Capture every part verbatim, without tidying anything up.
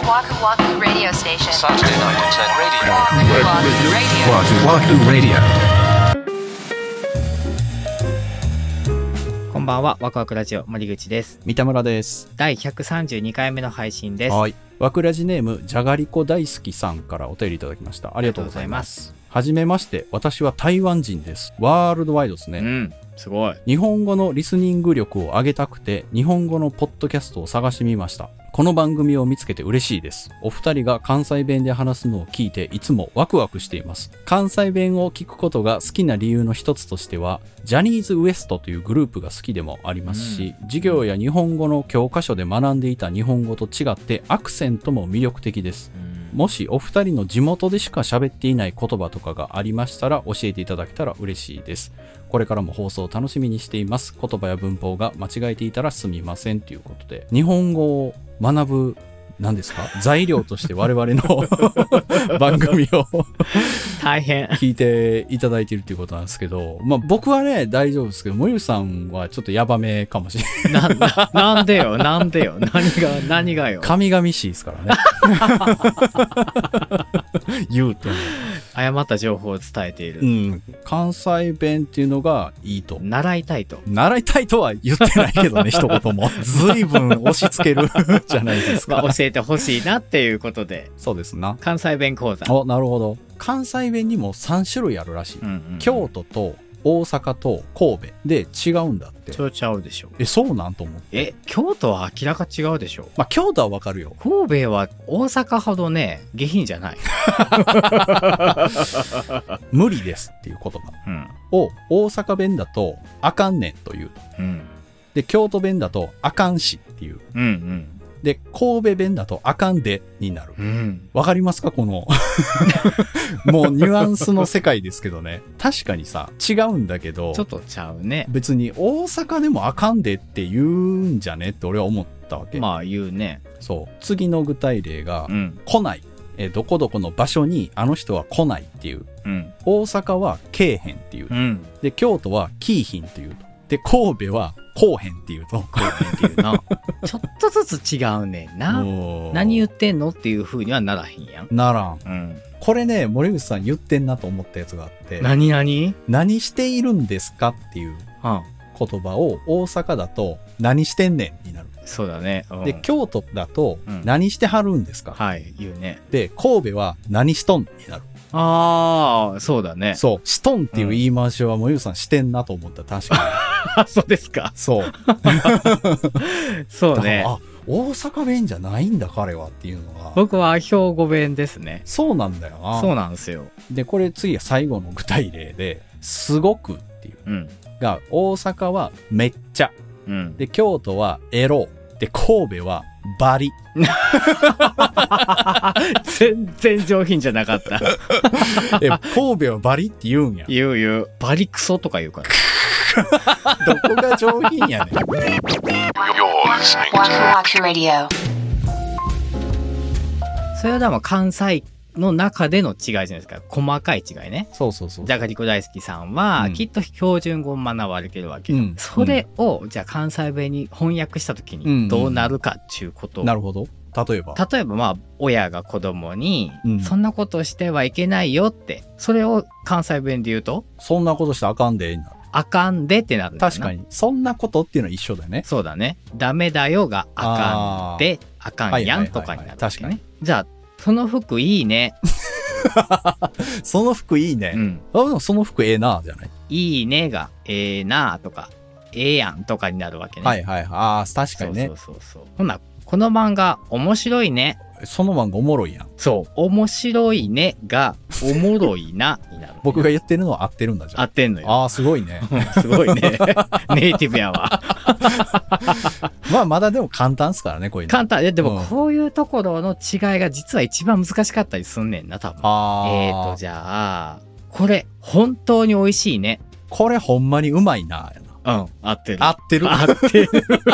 Waku Waku Radio Station. Saturday night at ten radio. Waku Waku Radio. Wahoo Wahoo Radio。こんばんは、ワクワクラジオ森口です。 三田村です。 だいひゃくさんじゅうにかいめの配信です。 はい。ワクラジネームじゃがりこ大好きさんからお便りいただきました。ありがとうございます。はじめまして、私は台湾人です。ワールドワイドですね。 うん、すごい。 日本語のリスニング力を上げたくて、日本語のポッドキャストを探してみました。この番組を見つけて嬉しいです。お二人が関西弁で話すのを聞いていつもワクワクしています。関西弁を聞くことが好きな理由の一つとしては、ジャニーズ ウエストというグループが好きでもありますし、うん、授業や日本語の教科書で学んでいた日本語と違ってアクセントも魅力的です。うん、もしお二人の地元でしか喋っていない言葉とかがありましたら教えていただけたら嬉しいです。これからも放送を楽しみにしています。言葉や文法が間違えていたらすみませんということで、日本語を学ぶ何ですか材料として我々の番組を大変聞いていただいているということなんですけど、まあ僕はね大丈夫ですけど、森口さんはちょっとヤバめかもしれない。 な, なんでよなんでよ何が何がよ。 神々しいですからね。言うても誤った情報を伝えている。 うん、関西弁っていうのがいいと。 習いたいと。 習いたいとは言ってないけどね、一言も。ずいぶん押し付けるじゃないですか。 まあ、教えてほしいなっていうことで。 そうですな。 関西弁講座。 お、なるほど。関西弁にもさん種類あるらしい。うんうんうん、京都と大阪と神戸で違うんだって。 そうちゃうでしょ。 え、そうなんと思って。 え、京都は明らか違うでしょ。 まあ京都はわかるよ。 神戸は大阪ほどね下品じゃない。 無理ですっていう言葉、うん、を大阪弁だとあかんねんというと、うん、で京都弁だとあかんしっていう、うんうん、で神戸弁だとあかんでになる。わ、うん、かりますかこのもうニュアンスの世界ですけどね。確かにさ違うんだけどちょっとちゃうね。 別に大阪でもあかんでって言うんじゃねって俺は思ったわけ。 まあ言うね。 そう次の具体例が、うん、来ない、えどこどこの場所にあの人は来ないっていう、うん、大阪は来えへんっていう、うん、で京都は来いひんっていう、で神戸はこうへんっていうとこうへんっていうな。 ちょっとずつ違うねんな。何言ってんのっていう風にはならへんやん。 ならん、うん、これね森口さん言ってんなと思ったやつがあって、 何何何しているんですかっていう言葉を大阪だと何してんねんになる。 そうだね、うん、 で京都だと何してはるんですか、うん、 はい言うね。 で神戸は何しとんになる。 ああそうだね。 そうしとんっていう言い回しは森口さんしてんなと思った。確かに。 あそうですか。 そうそうね。 あ大阪弁じゃないんだ彼はっていうのが。 僕は兵庫弁ですね。 そうなんだよな。 そうなんですよ。 でこれ次は最後の具体例ですごくっていう、うん、が大阪はめっちゃ、うん、で京都はエロで神戸はバリ。 全然上品じゃなかった。 え神戸はバリって言うんや。 言う言う。バリクソとか言うから。 どこが上品やねん。 それはでも関西の中での違いじゃないですか。細かい違いね。 そうそうそう。 じゃがりこ大好きさんは、うん、きっと標準語を学ばれてるわけよ、うん、それを、うん、じゃあ関西弁に翻訳した時にどうなるかっていうことを、うんうん、 なるほど。例えば例えばまあ親が子供に、うん、そんなことしてはいけないよって、それを関西弁で言うとそんなことしてあかんでになる。 あかんでってなるんだよな。 確かにそんなことっていうのは一緒だよね。 そうだね。ダメだよがあかんで、あかんやんとかになるわけね。確かに。じゃあその服いいね。 その服いいね、うん、あでもその服ええなじゃない。 いいねがええなとかええやんとかになるわけね。 はいはい。ああ確かにね。 そうそうそうそう。ほんなこの漫画面白いね。 その漫画おもろいやん。 そう面白いねがおもろいなになる。 僕が言ってるのは合ってるんだじゃん。 合ってんのよ。 ああすごいね。 すごいね。ネイティブやわ。 まあまだでも簡単っすからねこういうの。 簡単で、でもこういうところの違いが実は一番難しかったりすんねんな多分。あえーとじゃあこれ本当に美味しいね。 これほんまにうまいなやな。 うん、合ってる。 合ってる。 合ってる。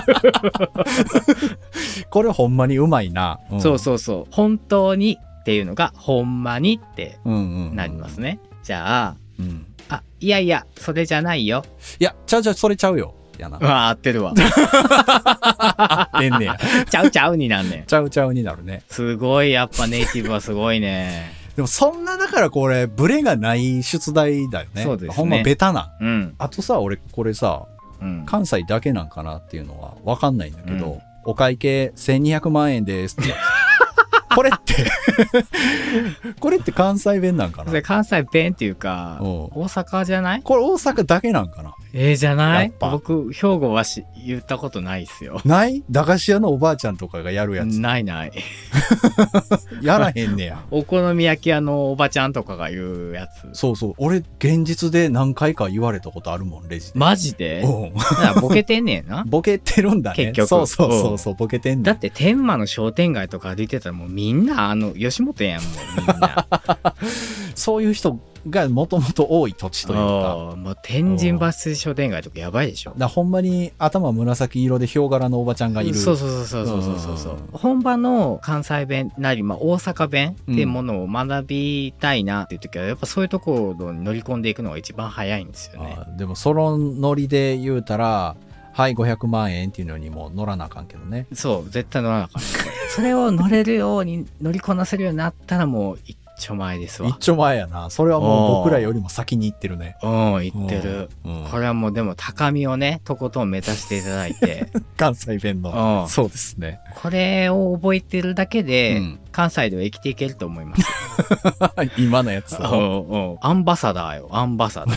これほんまにうまいな、 うん。そうそうそう。本当にっていうのがほんまにってなりますね。うんうんうん、じゃあ、うん、あ、いやいや、それじゃないよ。 いや、ちゃうちゃう、それちゃうよ。やな。 あ、合ってるわ。 ってんねや。 ちゃうちゃうになんねん。 ちゃうちゃうになるね。 すごい、やっぱネイティブはすごいね。 でもそんなだからこれ、ブレがない出題だよね。 そうですね。 ほんまベタな。 うん。 あとさ、俺これさ、うん、関西だけなんかなっていうのはわかんないんだけど、うん、お会計せんにひゃくまんえんですって。これってこれって関西弁なんかな。 関西弁っていうか、大阪じゃない？ これ大阪だけなんかな。 えー、じゃない？僕、兵庫はし言ったことないっすよ。 ない？駄菓子屋のおばあちゃんとかがやるやつ。 ないない。 やらへんねや。 お好み焼き屋のおばちゃんとかが言うやつ。 そうそう。俺、現実で何回か言われたことあるもん、レジで。 マジで？うん。ボケてんねんな。 ボケてるんだね。 結局。 そうそうそうそう、ボケてんねん。 だって天満の商店街とか歩いてたらもうみんなあの、吉本やん、もうみんな。 そういう人がもともと多い土地というか。 もう天神橋商店街とかやばいでしょ。 だほんまに頭紫色でヒョウ柄のおばちゃんがいる。 そうそうそうそうそうそうそう。本場の関西弁なり、まあ大阪弁っていうものを学びたいなっていう時は、やっぱそういうところに乗り込んでいくのが一番早いんですよね。 あでもそのノリで言うたら、はい、ごひゃくまんえんっていうのにも乗らなあかんけどね。 そう、絶対乗らなあかん。それを乗れるように、乗りこなせるようになったらもう一丁前ですわ。 一丁前やな。それはもう僕らよりも先に行ってるね。 うん、行ってる。これはもうでも高みをね、とことん目指していただいて。関西弁の。そうですね。 これを覚えてるだけで、うん、関西では生きていけると思います。 今のやつを。アンバサダーよ、アンバサダー。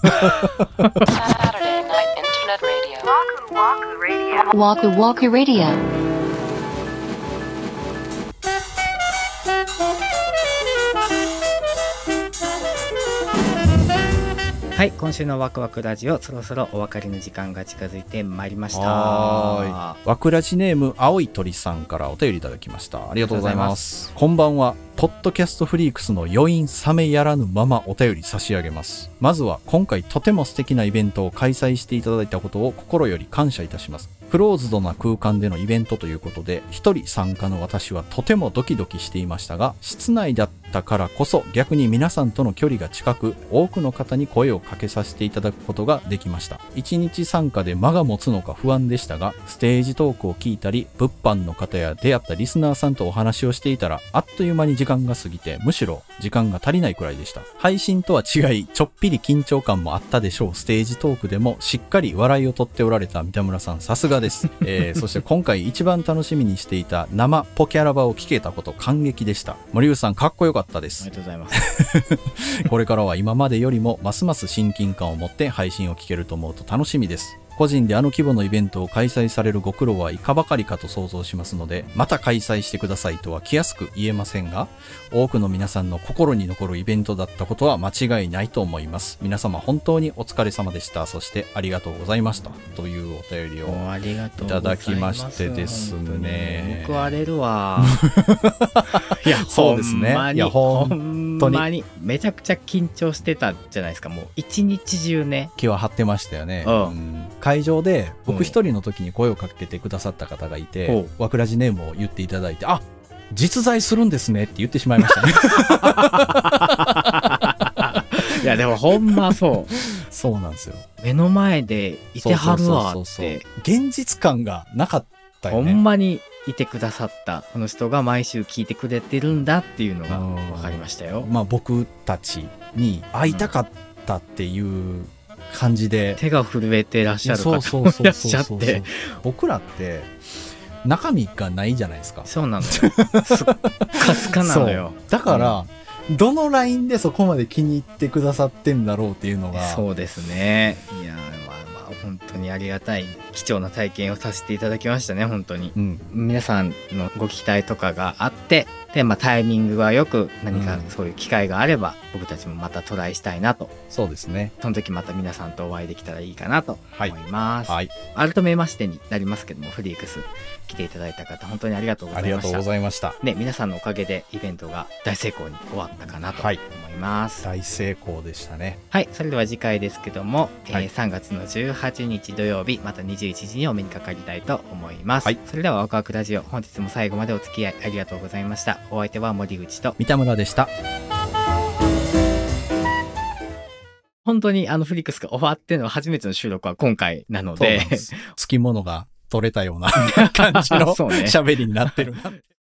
Waku Waku Radio. はい、今週のワクワクラジオ、そろそろお別れの時間が近づいてまいりました。 はーい。ワクラジネーム青い鳥さんからお便りいただきました。ありがとうございます。こんばんは。ポッドキャストフリークスの余韻冷めやらぬままお便り差し上げます。まずは今回とても素敵なイベントを開催していただいたことを心より感謝いたします。クローズドな空間でのイベントということで、一人参加の私はとてもドキドキしていましたが、室内だったからこそ逆に皆さんとの距離が近く、多くの方に声をかけさせていただくことができました。一日参加で間が持つのか不安でしたが、ステージトークを聞いたり、物販の方や出会ったリスナーさんとお話をしていたら、あっという間に時間が過ぎて、むしろ時間が足りないくらいでした。配信とは違い、ちょっぴり緊張感もあったでしょう。ステージトークでもしっかり笑いを取っておられた三田村さん、さすがです。えー、そして今回一番楽しみにしていた生ポキャラバを聞けたこと感激でした。森口さんかっこよかったです。 ありがとうございます。 これからは今までよりもますます親近感を持って配信を聞けると思うと楽しみです。個人であの規模のイベントを開催されるご苦労はいかばかりかと想像しますので、また開催してくださいとは気安く言えませんが、多くの皆さんの心に残るイベントだったことは間違いないと思います。皆様本当にお疲れ様でした。そしてありがとうございましたというお便りをいただきましてですね。 報われるわ。いや、 そうですね。 いや、本当にめちゃくちゃ緊張してたじゃないですか。もう一日中ね、 気は張ってましたよね。うん、会場で僕一人の時に声をかけてくださった方がいて、うん、ワクラジネームを言っていただいて、あ、実在するんですねって言ってしまいましたね。 いやでもほんまそうそうなんですよ。 目の前でいてはるわって、 現実感がなかったよね。 ほんまにいてくださったこの人が毎週聞いてくれてるんだっていうのが分かりましたよ。 まあ僕たちに会いたかったっていう感じで、 うん、手が震えてらっしゃる方もいらっしゃって、 僕らって中身がないじゃないですか。 そうなのよ。すっかすかなのよ。 だから、うん、どのラインでそこまで気に入ってくださってんだろうっていうのが。 そうですね。いや、まあまあ本当にありがたい貴重な体験をさせていただきましたね。本当に、うん、皆さんのご期待とかがあって、で、まあ、タイミングがよく何かそういう機会があれば、うん、僕たちもまたトライしたいなと。 そうですね。 その時また皆さんとお会いできたらいいかなと思います。 はいはい、 改めましてになりますけども、フリークス来ていただいた方本当にありがとうございました。 ありがとうございました。 ね、皆さんのおかげでイベントが大成功に終わったかなと思います。 はい、大成功でしたね。 はい、それでは次回ですけども、 はい、 えー、さんがつのじゅうはちにち土曜日またにじゅういちじにお目にかかりたいと思います。はい、それではワクワクラジオ、本日も最後までお付き合いありがとうございました。お相手は森口と三田村でした。 本当にあのフリックスが終わっての初めての収録は今回なので、 つきものが取れたような感じのそうね喋りになってるな。